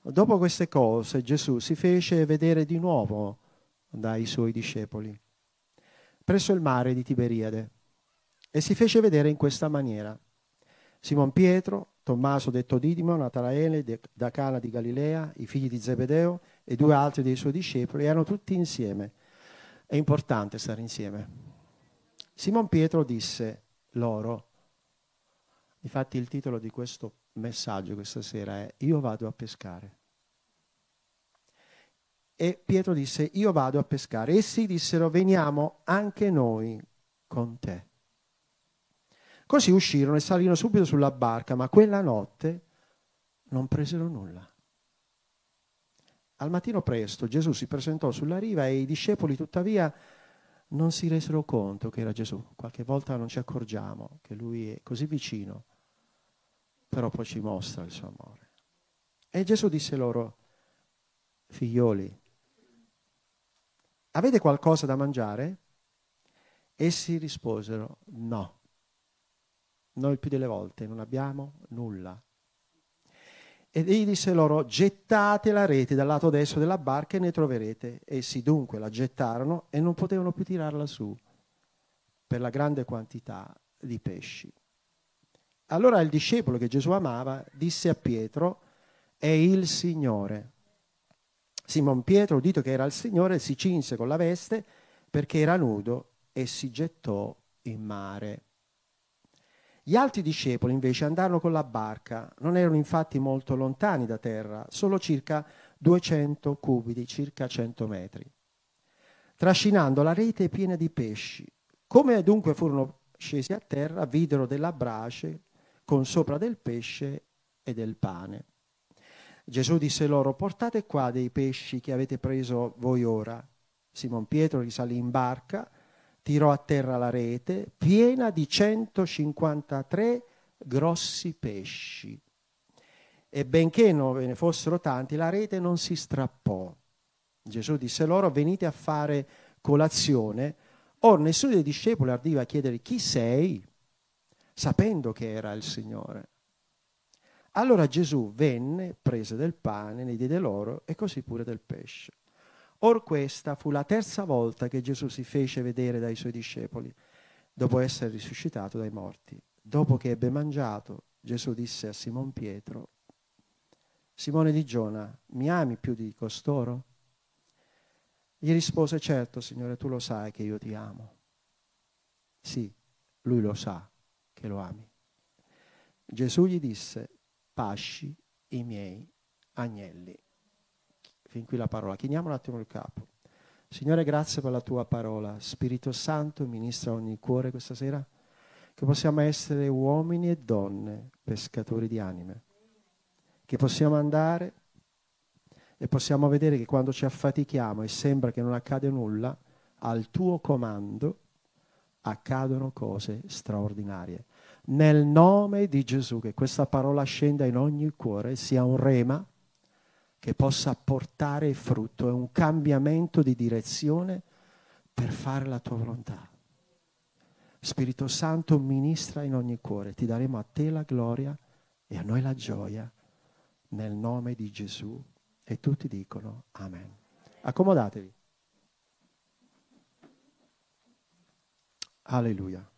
Dopo queste cose Gesù si fece vedere di nuovo dai suoi discepoli presso il mare di Tiberiade e si fece vedere in questa maniera. Simon Pietro, Tommaso detto Didimo, Natanaele da Cana di Galilea, i figli di Zebedeo e 2 altri dei suoi discepoli erano tutti insieme. È importante stare insieme. Simon Pietro disse loro, infatti il titolo di questo messaggio questa sera è Io vado a pescare. E Pietro disse, io vado a pescare. Essi dissero, veniamo anche noi con te. Così uscirono e salirono subito sulla barca, ma quella notte non presero nulla. Al mattino presto Gesù si presentò sulla riva e i discepoli tuttavia non si resero conto che era Gesù. Qualche volta non ci accorgiamo che Lui è così vicino, però poi ci mostra il suo amore. E Gesù disse loro, figlioli, avete qualcosa da mangiare? Essi risposero, no. Noi più delle volte non abbiamo nulla. Ed egli disse loro, gettate la rete dal lato destro della barca e ne troverete. Essi dunque la gettarono e non potevano più tirarla su per la grande quantità di pesci. Allora il discepolo che Gesù amava disse a Pietro, è il Signore. Simon Pietro, udito che era il Signore, si cinse con la veste perché era nudo e si gettò in mare. Gli altri discepoli invece andarono con la barca, non erano infatti molto lontani da terra, solo circa 200 cubiti, circa 100 metri, trascinando la rete piena di pesci. Come dunque furono scesi a terra, videro della brace con sopra del pesce e del pane. Gesù disse loro, portate qua dei pesci che avete preso voi ora. Simon Pietro risalì in barca, tirò a terra la rete piena di 153 grossi pesci. E benché non ve ne fossero tanti, la rete non si strappò. Gesù disse loro, venite a fare colazione. Or nessuno dei discepoli ardiva a chiedere chi sei, sapendo che era il Signore. Allora Gesù venne, prese del pane, ne diede loro e così pure del pesce. Or questa fu la terza volta che Gesù si fece vedere dai suoi discepoli, dopo essere risuscitato dai morti. Dopo che ebbe mangiato, Gesù disse a Simon Pietro, Simone di Giona, mi ami più di costoro? Gli rispose, certo, Signore, tu lo sai che io ti amo. Sì, lui lo sa che lo ami. Gesù gli disse, pasci i miei agnelli. Fin qui la parola. Chiniamo un attimo il capo. Signore, grazie per la tua parola. Spirito Santo, ministra ogni cuore questa sera, che possiamo essere uomini e donne, pescatori di anime, che possiamo andare e possiamo vedere che quando ci affatichiamo e sembra che non accade nulla, al tuo comando accadono cose straordinarie. Nel nome di Gesù, che questa parola scenda in ogni cuore, sia un rema che possa portare frutto, è un cambiamento di direzione per fare la tua volontà. Spirito Santo, ministra in ogni cuore, ti daremo a te la gloria e a noi la gioia, nel nome di Gesù. E tutti dicono Amen. Accomodatevi. Alleluia.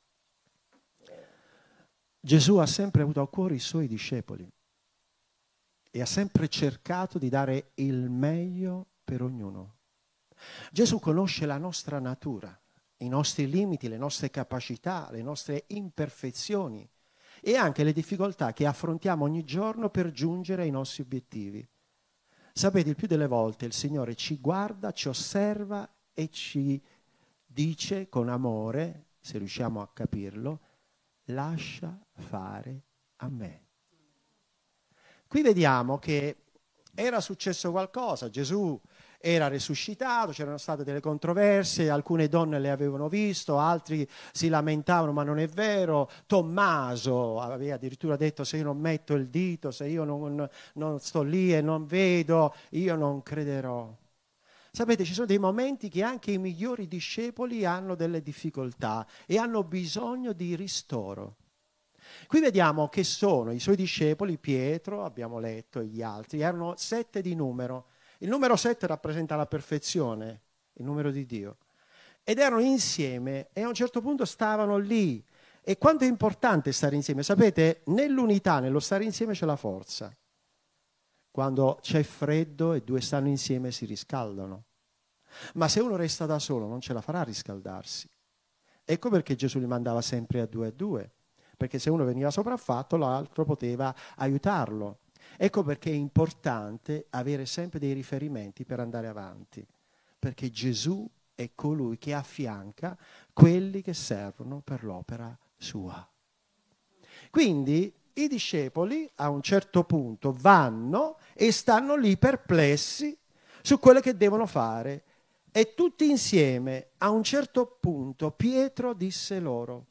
Gesù ha sempre avuto a cuore i suoi discepoli e ha sempre cercato di dare il meglio per ognuno. Gesù conosce la nostra natura, i nostri limiti, le nostre capacità, le nostre imperfezioni e anche le difficoltà che affrontiamo ogni giorno per giungere ai nostri obiettivi. Sapete, il più delle volte il Signore ci guarda, ci osserva e ci dice con amore, se riusciamo a capirlo, lascia fare a me. Qui vediamo che era successo qualcosa, Gesù era risuscitato, c'erano state delle controversie, alcune donne le avevano visto, altri si lamentavano ma non è vero, Tommaso aveva addirittura detto se io non metto il dito, se io non sto lì e non vedo, io non crederò. Sapete, ci sono dei momenti che anche i migliori discepoli hanno delle difficoltà e hanno bisogno di ristoro. Qui vediamo che sono i suoi discepoli, Pietro, abbiamo letto, e gli altri, erano 7 di numero. Il numero 7 rappresenta la perfezione, il numero di Dio. Ed erano insieme e a un certo punto stavano lì. E quanto è importante stare insieme? Sapete, nell'unità, nello stare insieme c'è la forza. Quando c'è freddo e 2 stanno insieme si riscaldano. Ma se uno resta da solo non ce la farà a riscaldarsi. Ecco perché Gesù li mandava sempre a 2, perché se uno veniva sopraffatto l'altro poteva aiutarlo. Ecco perché è importante avere sempre dei riferimenti per andare avanti, perché Gesù è colui che affianca quelli che servono per l'opera sua. Quindi i discepoli a un certo punto vanno e stanno lì perplessi su quello che devono fare. E tutti insieme, a un certo punto, Pietro disse loro,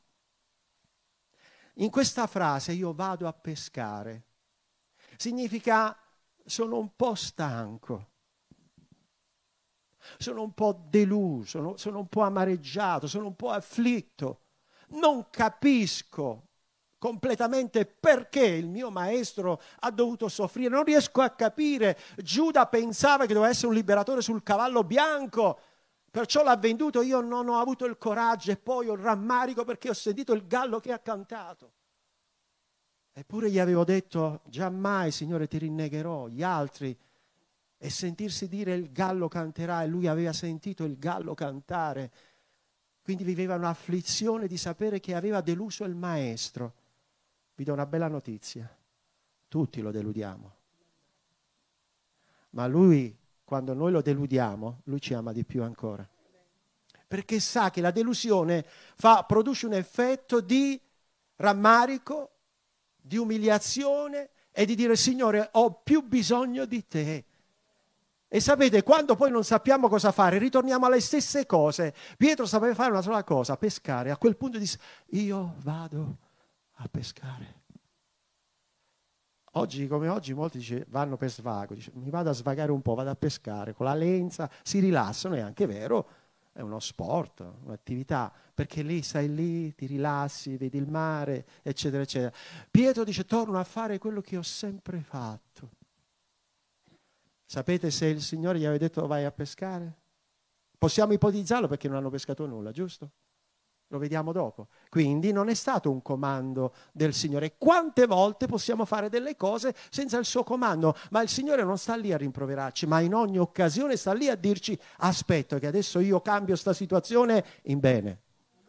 in questa frase io vado a pescare, significa sono un po' stanco, sono un po' deluso, sono un po' amareggiato, sono un po' afflitto, non capisco completamente perché il mio maestro ha dovuto soffrire, non riesco a capire. Giuda pensava che doveva essere un liberatore sul cavallo bianco, perciò l'ha venduto, io non ho avuto il coraggio e poi ho il rammarico perché ho sentito il gallo che ha cantato. Eppure gli avevo detto, giammai Signore ti rinnegherò. Gli altri, e sentirsi dire il gallo canterà, e lui aveva sentito il gallo cantare, quindi viveva un'afflizione di sapere che aveva deluso il maestro. Vi do una bella notizia, tutti lo deludiamo, ma lui, quando noi lo deludiamo, lui ci ama di più ancora, perché sa che la delusione produce un effetto di rammarico, di umiliazione e di dire Signore ho più bisogno di te. E sapete, quando poi non sappiamo cosa fare, ritorniamo alle stesse cose. Pietro sapeva fare una sola cosa, pescare. A quel punto disse, io vado a pescare. Oggi come oggi molti vanno per svago, dice, mi vado a svagare un po', vado a pescare con la lenza, si rilassano, è anche vero, è uno sport, un'attività, perché lì stai lì, ti rilassi, vedi il mare, eccetera, eccetera. Pietro dice, torno a fare quello che ho sempre fatto. Sapete se il Signore gli aveva detto vai a pescare? Possiamo ipotizzarlo perché non hanno pescato nulla, giusto? Lo vediamo dopo. Quindi non è stato un comando del Signore. Quante volte possiamo fare delle cose senza il suo comando? Ma il Signore non sta lì a rimproverarci, ma in ogni occasione sta lì a dirci aspetta che adesso io cambio sta situazione in bene.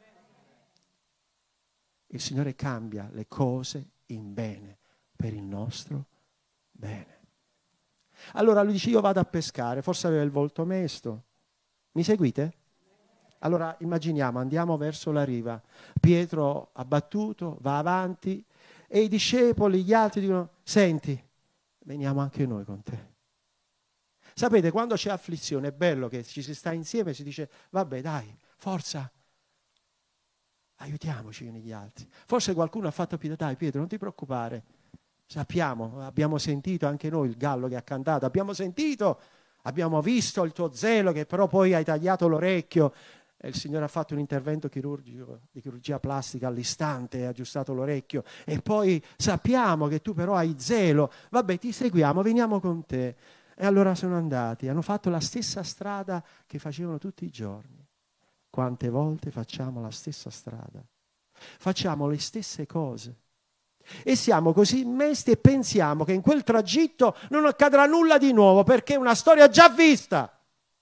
Il Signore cambia le cose in bene per il nostro bene. Allora lui dice io vado a pescare, forse aveva il volto mesto. Mi seguite? Allora immaginiamo, andiamo verso la riva, Pietro abbattuto, va avanti e i discepoli, gli altri dicono, senti, veniamo anche noi con te. Sapete, quando c'è afflizione è bello che ci si sta insieme e si dice, vabbè dai, forza, aiutiamoci gli gli altri. Forse qualcuno ha fatto pietà, dai Pietro, non ti preoccupare, sappiamo, abbiamo sentito anche noi il gallo che ha cantato, abbiamo sentito, abbiamo visto il tuo zelo che però poi hai tagliato l'orecchio. E il Signore ha fatto un intervento chirurgico, di chirurgia plastica all'istante, ha aggiustato l'orecchio e poi sappiamo che tu però hai zelo, vabbè ti seguiamo, veniamo con te. E allora sono andati, hanno fatto la stessa strada che facevano tutti i giorni. Quante volte facciamo la stessa strada? Facciamo le stesse cose e siamo così mesti e pensiamo che in quel tragitto non accadrà nulla di nuovo perché è una storia già vista.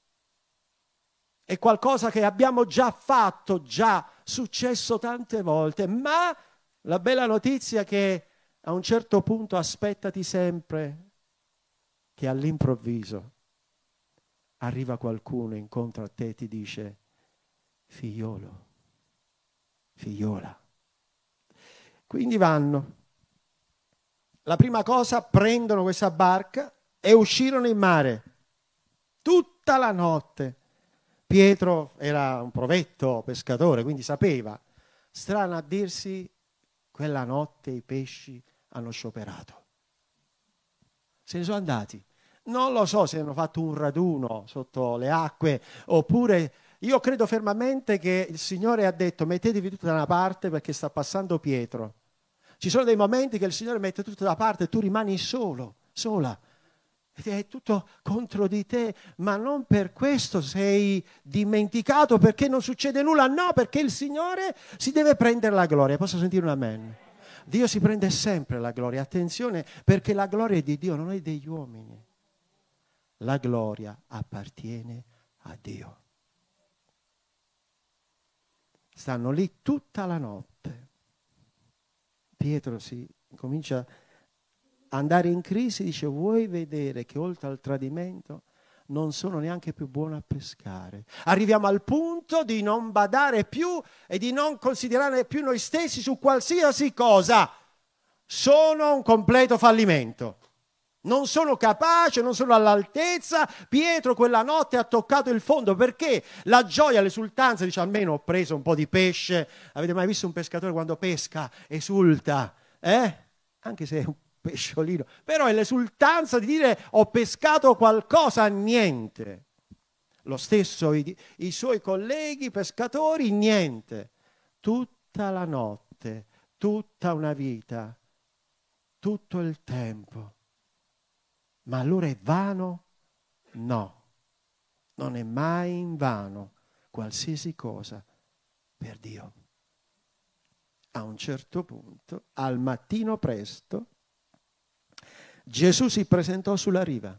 È qualcosa che abbiamo già fatto, già successo tante volte, ma la bella notizia è che a un certo punto aspettati sempre che all'improvviso arriva qualcuno incontro a te e ti dice figliolo, figliola. Quindi vanno. La prima cosa, prendono questa barca e uscirono in mare. Tutta la notte. Pietro era un provetto pescatore, quindi sapeva. Strano a dirsi, quella notte i pesci hanno scioperato. Se ne sono andati. Non lo so se hanno fatto un raduno sotto le acque, oppure io credo fermamente che il Signore ha detto mettetevi tutti da una parte perché sta passando Pietro. Ci sono dei momenti che il Signore mette tutto da parte e tu rimani solo, sola. Ed è tutto contro di te, ma non per questo sei dimenticato, perché non succede nulla. No, perché il Signore si deve prendere la gloria. Posso sentire un amen? Dio si prende sempre la gloria. Attenzione, perché la gloria è di Dio, non è degli uomini. La gloria appartiene a Dio. Stanno lì tutta la notte. Pietro si comincia a andare in crisi, dice: vuoi vedere che oltre al tradimento non sono neanche più buono a pescare? Arriviamo al punto di non badare più e di non considerare più noi stessi su qualsiasi cosa. Sono un completo fallimento. Non sono capace, non sono all'altezza. Pietro quella notte ha toccato il fondo, perché la gioia, l'esultanza, dice: almeno ho preso un po' di pesce. Avete mai visto un pescatore quando pesca esulta? Anche se è un pesciolino, però è l'esultanza di dire: ho pescato qualcosa. Niente. Lo stesso i suoi colleghi pescatori, niente. Tutta la notte, tutta una vita, tutto il tempo. Ma allora è vano? No, non è mai in vano qualsiasi cosa per Dio. A un certo punto, al mattino presto, Gesù si presentò sulla riva.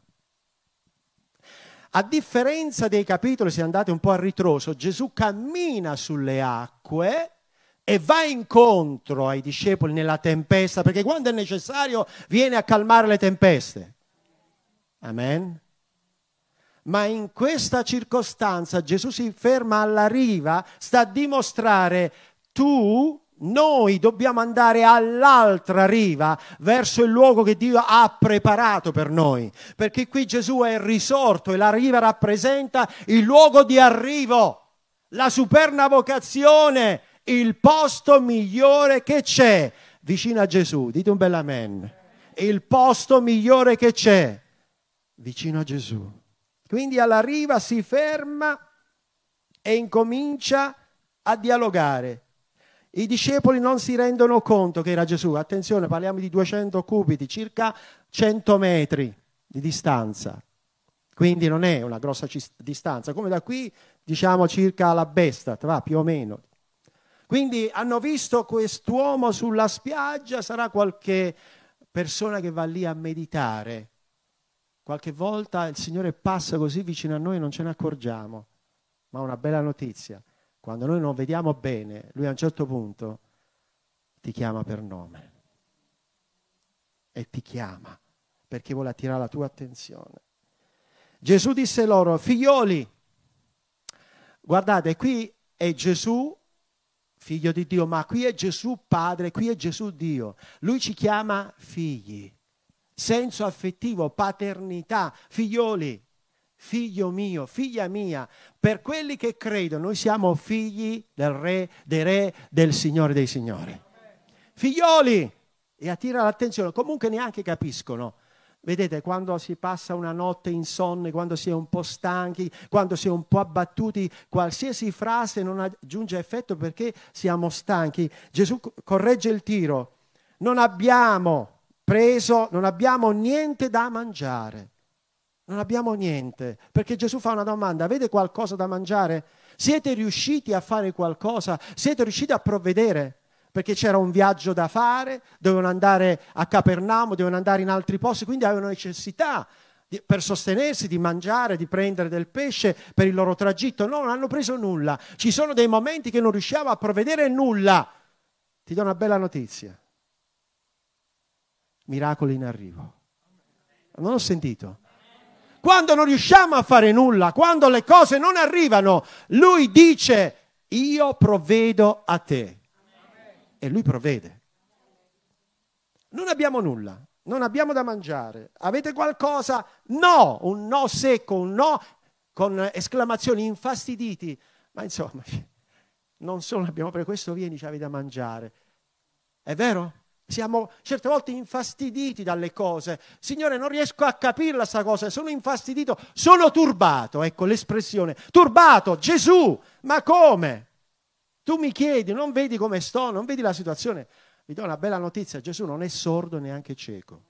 A differenza dei capitoli, se andate un po' a ritroso, Gesù cammina sulle acque e va incontro ai discepoli nella tempesta, perché quando è necessario viene a calmare le tempeste. Amen. Ma in questa circostanza Gesù si ferma alla riva, sta a dimostrare: noi dobbiamo andare all'altra riva, verso il luogo che Dio ha preparato per noi, perché qui Gesù è il risorto e la riva rappresenta il luogo di arrivo, la superna vocazione, il posto migliore che c'è vicino a Gesù. Dite un bel amen. Il posto migliore che c'è vicino a Gesù. Quindi alla riva si ferma e incomincia a dialogare. I discepoli non si rendono conto che era Gesù. Attenzione, parliamo di 200 cubiti, circa 100 metri di distanza. Quindi non è una grossa distanza, come da qui diciamo circa alla Bestat, va, più o meno. Quindi hanno visto quest'uomo sulla spiaggia, sarà qualche persona che va lì a meditare. Qualche volta il Signore passa così vicino a noi e non ce ne accorgiamo. Ma una bella notizia: quando noi non vediamo bene, Lui a un certo punto ti chiama per nome. E ti chiama perché vuole attirare la tua attenzione. Gesù disse loro: figlioli, guardate, qui è Gesù, figlio di Dio, ma qui è Gesù Padre, qui è Gesù Dio. Lui ci chiama figli. Senso affettivo, paternità, figlioli, figlio mio, figlia mia. Per quelli che credono, noi siamo figli del Re, dei Re, del Signore dei Signori. Figlioli! E attira l'attenzione, comunque neanche capiscono. Vedete, quando si passa una notte insonne, quando si è un po' stanchi, quando si è un po' abbattuti, qualsiasi frase non aggiunge effetto perché siamo stanchi. Gesù corregge il tiro. Non abbiamo niente da mangiare. Non abbiamo niente, perché Gesù fa una domanda: avete qualcosa da mangiare? Siete riusciti a fare qualcosa? Siete riusciti a provvedere? Perché c'era un viaggio da fare, dovevano andare a Capernaum, dovevano andare in altri posti, quindi avevano necessità per sostenersi, di mangiare, di prendere del pesce per il loro tragitto. No, non hanno preso nulla. Ci sono dei momenti che non riusciamo a provvedere nulla. Ti do una bella notizia: miracoli in arrivo. Non ho sentito. Quando non riusciamo a fare nulla, quando le cose non arrivano, Lui dice: io provvedo a te. E Lui provvede. Non abbiamo nulla, non abbiamo da mangiare. Avete qualcosa? No, un no secco, un no con esclamazioni infastiditi. Ma insomma, non solo abbiamo per questo vieni, c'avevi da mangiare. È vero? Siamo certe volte infastiditi dalle cose. Signore, non riesco a capirla sta cosa, sono infastidito, sono turbato. Ecco l'espressione, turbato. Gesù, ma come? Tu mi chiedi, non vedi come sto, non vedi la situazione? Vi do una bella notizia, Gesù non è sordo neanche cieco.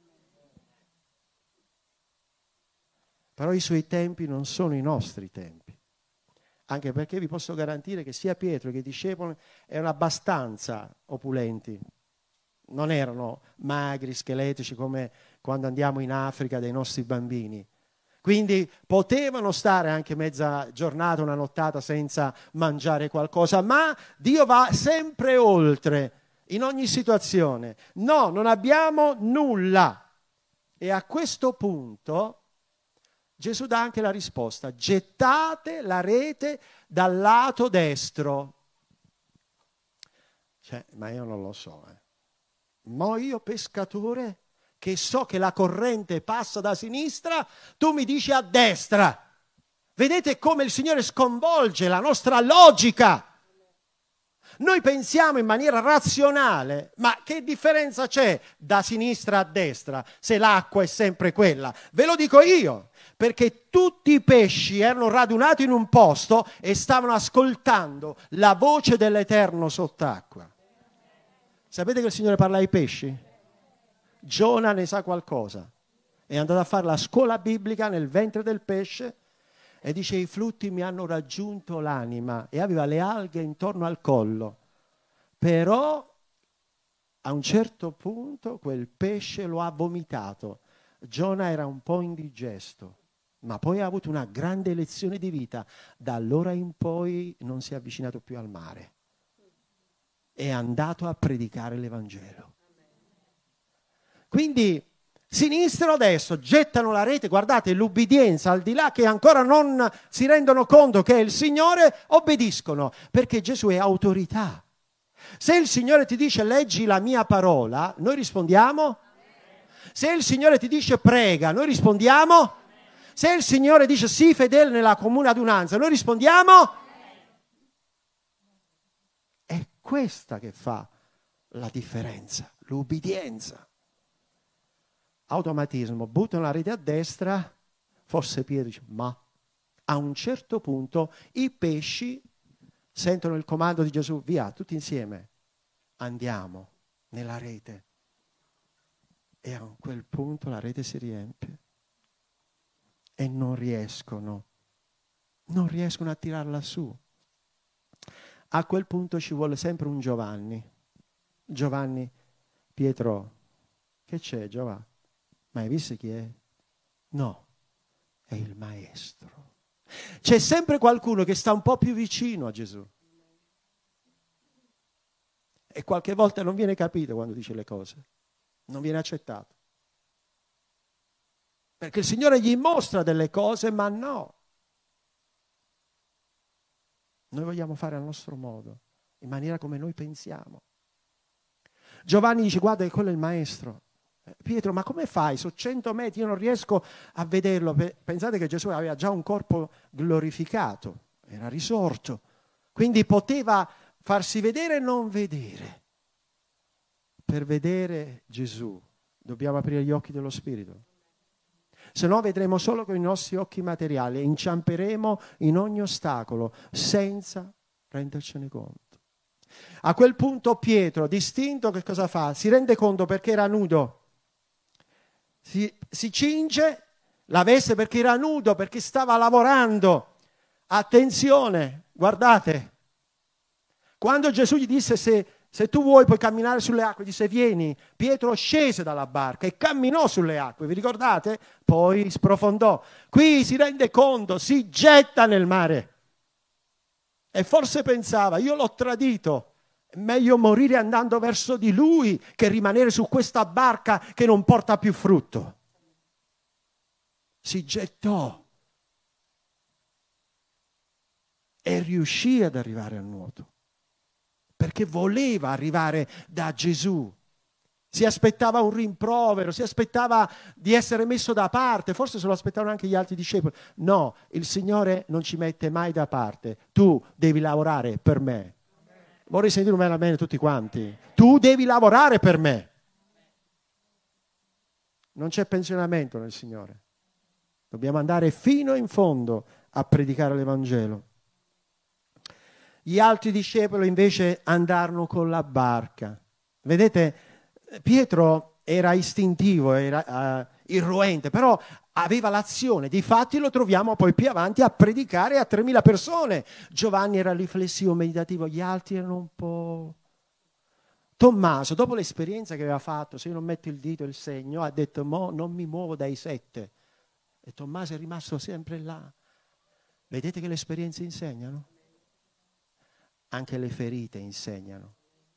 Però i suoi tempi non sono i nostri tempi. Anche perché vi posso garantire che sia Pietro che i discepoli erano abbastanza opulenti. Non erano magri, scheletrici come quando andiamo in Africa dei nostri bambini. Quindi potevano stare anche mezza giornata, una nottata senza mangiare qualcosa, ma Dio va sempre oltre, in ogni situazione. No, non abbiamo nulla. E a questo punto Gesù dà anche la risposta: gettate la rete dal lato destro. Ma io non lo so. Ma io pescatore, che so che la corrente passa da sinistra, tu mi dici a destra. Vedete come il Signore sconvolge la nostra logica. Noi pensiamo in maniera razionale, ma che differenza c'è da sinistra a destra se l'acqua è sempre quella? Ve lo dico io, perché tutti i pesci erano radunati in un posto e stavano ascoltando la voce dell'Eterno sott'acqua. Sapete che il Signore parla ai pesci? Giona ne sa qualcosa. È andato a fare la scuola biblica nel ventre del pesce e dice: i flutti mi hanno raggiunto l'anima, e aveva le alghe intorno al collo. Però a un certo punto quel pesce lo ha vomitato. Giona era un po' indigesto, ma poi ha avuto una grande lezione di vita. Da allora in poi non si è avvicinato più al mare. È andato a predicare l'Evangelo. Quindi sinistro o destro gettano la rete. Guardate, l'ubbidienza, al di là che ancora non si rendono conto che è il Signore, obbediscono, perché Gesù è autorità. Se il Signore ti dice leggi la mia parola, noi rispondiamo? Se il Signore ti dice prega, noi rispondiamo? Se il Signore dice sii fedele nella comune adunanza, noi rispondiamo? È questa che fa la differenza, l'ubbidienza. Automatismo, buttano la rete a destra, forse Pietro dice, ma a un certo punto i pesci sentono il comando di Gesù: via, tutti insieme, andiamo nella rete. E a quel punto la rete si riempie e non riescono a tirarla su. A quel punto ci vuole sempre un Giovanni. Giovanni, Pietro, che c'è Giovanni? Ma hai visto chi è? No, è il maestro. C'è sempre qualcuno che sta un po' più vicino a Gesù. E qualche volta non viene capito quando dice le cose. Non viene accettato. Perché il Signore gli mostra delle cose, ma no. Noi vogliamo fare al nostro modo, in maniera come noi pensiamo. Giovanni dice: guarda che quello è il maestro. Pietro, ma come fai? Sono 100 metri, io non riesco a vederlo. Pensate che Gesù aveva già un corpo glorificato, era risorto, quindi poteva farsi vedere e non vedere. Per vedere Gesù dobbiamo aprire gli occhi dello Spirito. Se no vedremo solo con i nostri occhi materiali e inciamperemo in ogni ostacolo senza rendercene conto. A quel punto Pietro, distinto, che cosa fa? Si rende conto perché era nudo. Si cinge la veste perché era nudo, perché stava lavorando. Attenzione, guardate, quando Gesù gli disse se tu vuoi puoi camminare sulle acque, disse vieni, Pietro scese dalla barca e camminò sulle acque, vi ricordate? Poi sprofondò. Qui si rende conto, si getta nel mare e forse pensava: io l'ho tradito, è meglio morire andando verso di lui che rimanere su questa barca che non porta più frutto. Si gettò e riuscì ad arrivare al nuoto, perché voleva arrivare da Gesù. Si aspettava un rimprovero, si aspettava di essere messo da parte, forse se lo aspettavano anche gli altri discepoli. No, il Signore non ci mette mai da parte. Tu devi lavorare per me. Vorrei sentire un bene tutti quanti. Tu devi lavorare per me. Non c'è pensionamento nel Signore. Dobbiamo andare fino in fondo a predicare l'Evangelo. Gli altri discepoli invece andarono con la barca. Vedete, Pietro era istintivo, era irruente, però aveva l'azione. Difatti lo troviamo poi più avanti a predicare a 3.000 persone. Giovanni era riflessivo, meditativo, gli altri erano un po'... Tommaso, dopo l'esperienza che aveva fatto, se io non metto il dito e il segno, ha detto, mo non mi muovo dai 7. E Tommaso è rimasto sempre là. Vedete che le esperienze insegnano? Anche le ferite insegnano.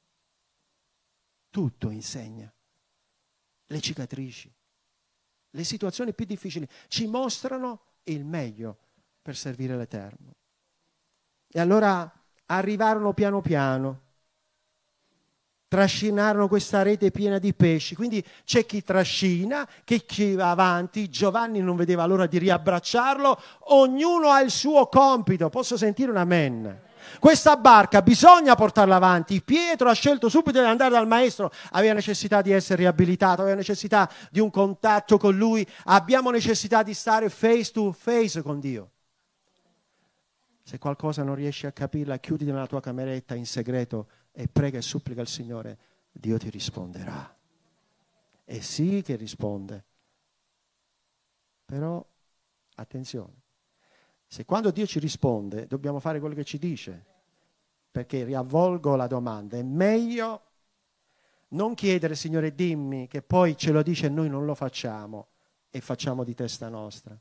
Tutto insegna. Le cicatrici, le situazioni più difficili ci mostrano il meglio per servire l'Eterno. E allora arrivarono piano piano, trascinarono questa rete piena di pesci. Quindi c'è chi trascina, chi va avanti. Giovanni non vedeva l'ora di riabbracciarlo. Ognuno ha il suo compito. Posso sentire un amen? Questa barca bisogna portarla avanti. Pietro ha scelto subito di andare dal maestro, aveva necessità di essere riabilitato, aveva necessità di un contatto con lui. Abbiamo necessità di stare face to face con Dio. Se qualcosa non riesci a capirla, chiuditi nella tua cameretta in segreto e prega e supplica al Signore. Dio ti risponderà. E sì che risponde. Però, attenzione. Se quando Dio ci risponde dobbiamo fare quello che ci dice, perché riavvolgo la domanda, è meglio non chiedere Signore dimmi, che poi ce lo dice e noi non lo facciamo e facciamo di testa nostra,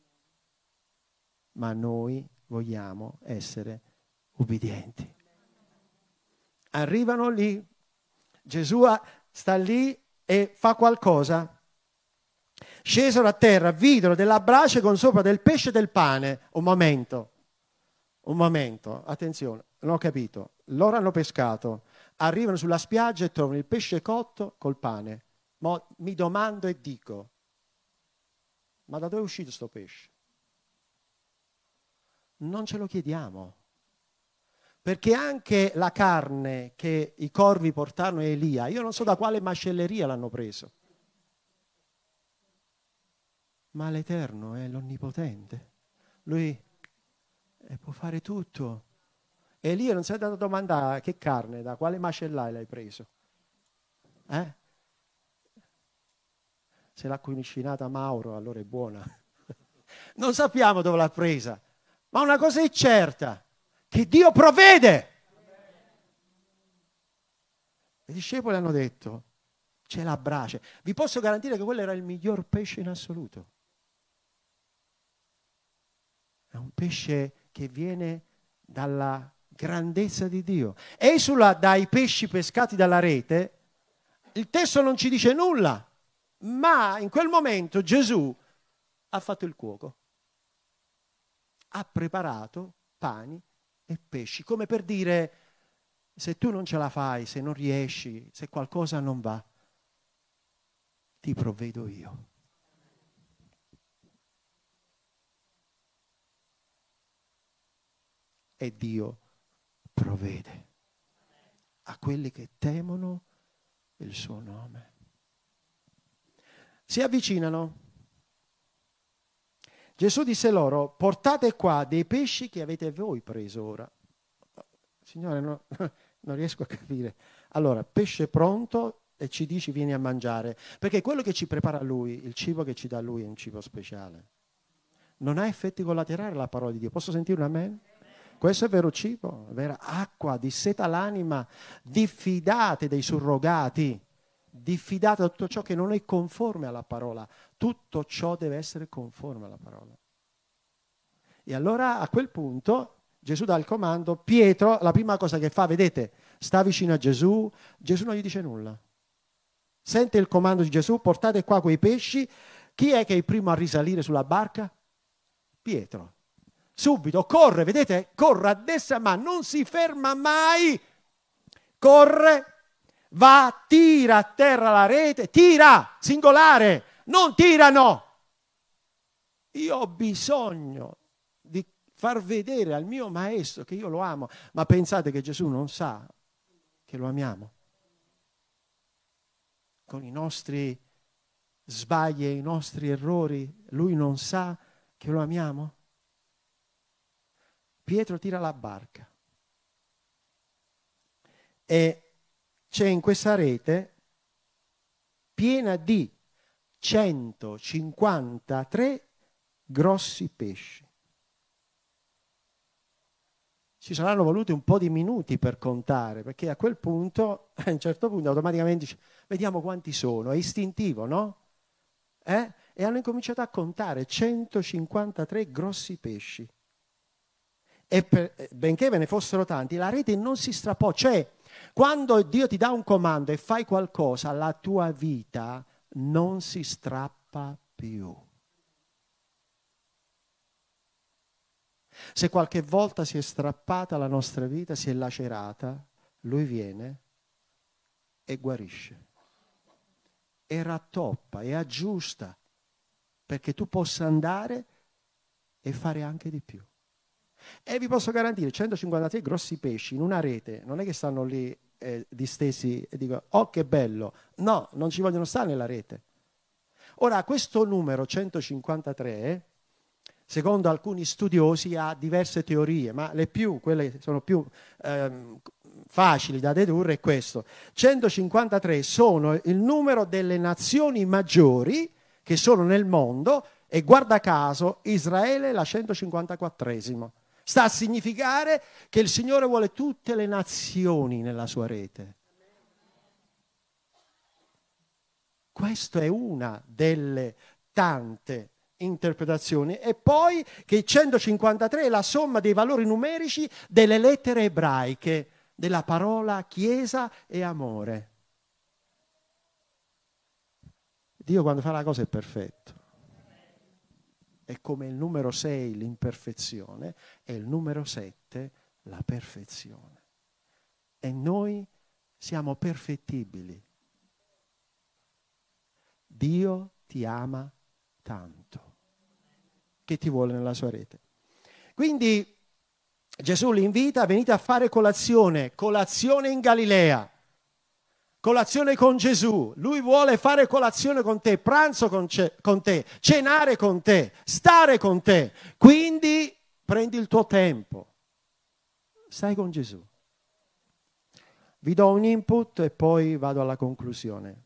ma noi vogliamo essere ubbidienti. Arrivano lì, Gesù sta lì e fa qualcosa. Scesero a terra, videro della brace con sopra del pesce e del pane. Un momento, attenzione, non ho capito. Loro hanno pescato, arrivano sulla spiaggia e trovano il pesce cotto col pane. Ma mi domando e dico, ma da dove è uscito sto pesce? Non ce lo chiediamo. Perché anche la carne che i corvi portarono a Elia, io non so da quale macelleria l'hanno preso. Ma l'Eterno è l'Onnipotente. Lui può fare tutto. Elia non si è dato a domandare che carne, da quale macellaio l'hai preso? Se l'ha cucinata Mauro, allora è buona. Non sappiamo dove l'ha presa, ma una cosa è certa, che Dio provvede. I discepoli hanno detto, c'è la brace. Vi posso garantire che quello era il miglior pesce in assoluto. È un pesce che viene dalla grandezza di Dio. Esula dai pesci pescati dalla rete, il testo non ci dice nulla, ma in quel momento Gesù ha fatto il cuoco. Ha preparato pani e pesci, come per dire, se tu non ce la fai, se non riesci, se qualcosa non va, ti provvedo io. E Dio provvede a quelli che temono il suo nome. Si avvicinano. Gesù disse loro, portate qua dei pesci che avete voi preso ora. Signore, non riesco a capire. Allora, pesce pronto e ci dici vieni a mangiare. Perché quello che ci prepara Lui, il cibo che ci dà Lui è un cibo speciale. Non ha effetti collaterali la parola di Dio. Posso sentire un amen? Questo è vero cibo, è vera acqua, disseta l'anima, diffidate dei surrogati, diffidate da tutto ciò che non è conforme alla parola. Tutto ciò deve essere conforme alla parola. E allora a quel punto Gesù dà il comando, Pietro, la prima cosa che fa, vedete, sta vicino a Gesù, Gesù non gli dice nulla. Sente il comando di Gesù, portate qua quei pesci. Chi è che è il primo a risalire sulla barca? Pietro. Subito, corre, vedete? Corre a destra, ma non si ferma mai. Corre, va, tira a terra la rete, tira, singolare, non tirano. Io ho bisogno di far vedere al mio maestro che io lo amo, ma pensate che Gesù non sa che lo amiamo? Con i nostri sbagli e i nostri errori, lui non sa che lo amiamo? Pietro tira la barca e c'è in questa rete piena di 153 grossi pesci. Ci saranno voluti un po' di minuti per contare, perché a quel punto, a un certo punto, automaticamente dice, vediamo quanti sono, è istintivo, no? E hanno incominciato a contare 153 grossi pesci. E benché ve ne fossero tanti, la rete non si strappò. Cioè, quando Dio ti dà un comando e fai qualcosa, la tua vita non si strappa più. Se qualche volta si è strappata la nostra vita, si è lacerata, Lui viene e guarisce. E rattoppa e aggiusta perché tu possa andare e fare anche di più. E vi posso garantire 153 grossi pesci in una rete, non è che stanno lì distesi e dicono oh che bello, no, non ci vogliono stare nella rete. Ora questo numero 153 secondo alcuni studiosi ha diverse teorie, ma quelle che sono più facili da dedurre è questo. 153 sono il numero delle nazioni maggiori che sono nel mondo e guarda caso Israele è la 154esima. Sta a significare che il Signore vuole tutte le nazioni nella sua rete. Questa è una delle tante interpretazioni. E poi che 153 è la somma dei valori numerici delle lettere ebraiche, della parola chiesa e amore. Dio quando fa la cosa è perfetto. È come il numero 6 l'imperfezione e il numero 7 la perfezione. E noi siamo perfettibili. Dio ti ama tanto che ti vuole nella sua rete. Quindi Gesù li invita, venite a fare colazione in Galilea, colazione con Gesù. Lui vuole fare colazione con te, pranzo con te, cenare con te, stare con te. Quindi prendi il tuo tempo, stai con Gesù. Vi do un input e poi vado alla conclusione.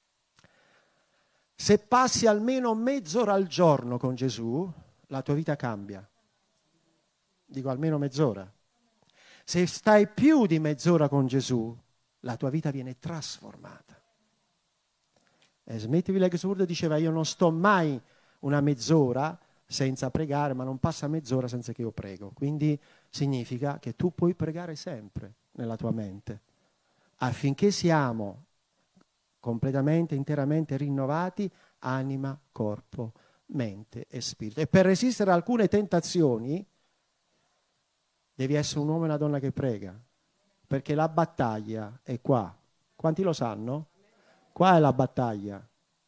Se passi almeno mezz'ora al giorno con Gesù, la tua vita cambia. Dico almeno mezz'ora. Se stai più di mezz'ora con Gesù, la tua vita viene trasformata. Smith Wigglesworth diceva, io non sto mai una mezz'ora senza pregare, ma non passa mezz'ora senza che io prego. Quindi significa che tu puoi pregare sempre nella tua mente, affinché siamo completamente, interamente rinnovati, anima, corpo, mente e spirito. E per resistere a alcune tentazioni devi essere un uomo e una donna che prega, perché la battaglia è qua. Quanti lo sanno? Qua è la battaglia.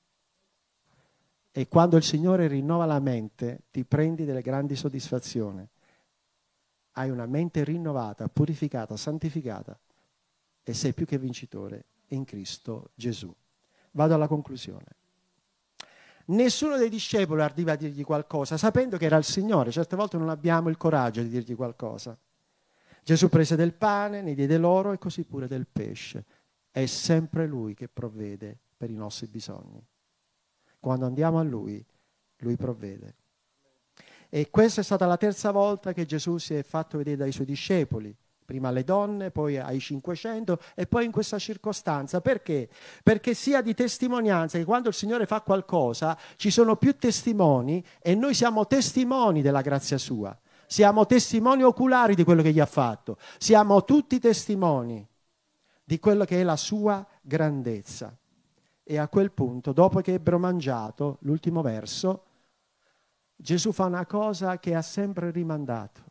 E quando il Signore rinnova la mente, ti prendi delle grandi soddisfazioni. Hai una mente rinnovata, purificata, santificata e sei più che vincitore in Cristo Gesù. Vado alla conclusione. Nessuno dei discepoli arriva a dirgli qualcosa, sapendo che era il Signore. Certe volte non abbiamo il coraggio di dirgli qualcosa. Gesù prese del pane, ne diede loro e così pure del pesce. È sempre Lui che provvede per i nostri bisogni. Quando andiamo a Lui, Lui provvede. E questa è stata la terza volta che Gesù si è fatto vedere dai Suoi discepoli. Prima alle donne, poi ai 500 e poi in questa circostanza. Perché? Perché sia di testimonianza che quando il Signore fa qualcosa ci sono più testimoni e noi siamo testimoni della grazia sua. Siamo testimoni oculari di quello che gli ha fatto. Siamo tutti testimoni di quello che è la sua grandezza. E a quel punto, dopo che ebbero mangiato, l'ultimo verso, Gesù fa una cosa che ha sempre rimandato.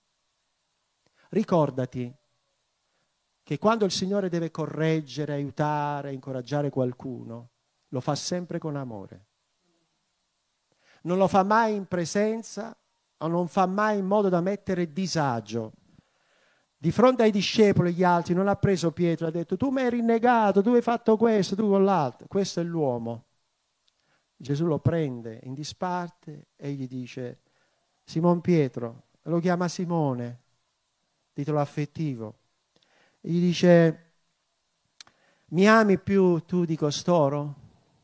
Ricordati che quando il Signore deve correggere, aiutare, incoraggiare qualcuno, lo fa sempre con amore. Non lo fa mai in presenza o non fa mai in modo da mettere disagio. Di fronte ai discepoli, gli altri, non ha preso Pietro e ha detto tu mi hai rinnegato, tu hai fatto questo, tu con l'altro. Questo è l'uomo. Gesù lo prende in disparte e gli dice Simon Pietro, lo chiama Simone, titolo affettivo, e gli dice mi ami più tu di costoro?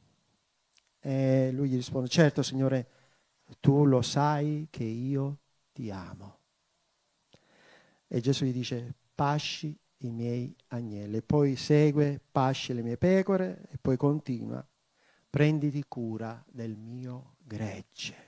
E lui gli risponde, certo Signore, tu lo sai che io ti amo. E Gesù gli dice, pasci i miei agnelli. E poi segue, pasci le mie pecore, e poi continua, prenditi cura del mio gregge.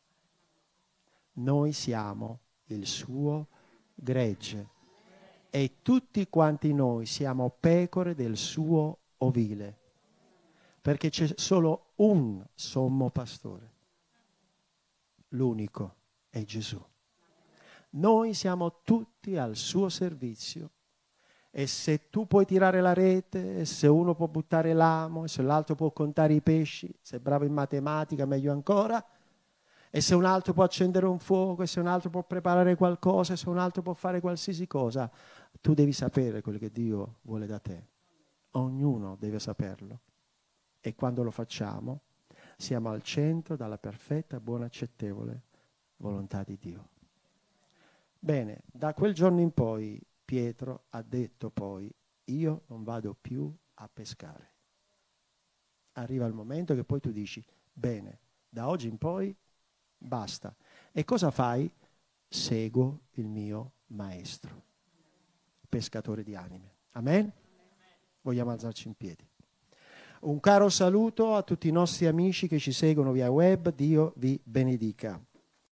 Noi siamo il suo gregge e tutti quanti noi siamo pecore del suo ovile, perché c'è solo un sommo pastore, l'unico è Gesù. Noi siamo tutti al suo servizio e se tu puoi tirare la rete, e se uno può buttare l'amo, e se l'altro può contare i pesci, se è bravo in matematica meglio ancora, e se un altro può accendere un fuoco, e se un altro può preparare qualcosa, e se un altro può fare qualsiasi cosa, tu devi sapere quello che Dio vuole da te. Ognuno deve saperlo. E quando lo facciamo, siamo al centro della perfetta, buona, accettevole volontà di Dio. Bene, da quel giorno in poi Pietro ha detto poi, io non vado più a pescare. Arriva il momento che poi tu dici, bene, da oggi in poi basta. E cosa fai? Seguo il mio maestro, pescatore di anime. Amen? Vogliamo alzarci in piedi. Un caro saluto a tutti i nostri amici che ci seguono via web. Dio vi benedica.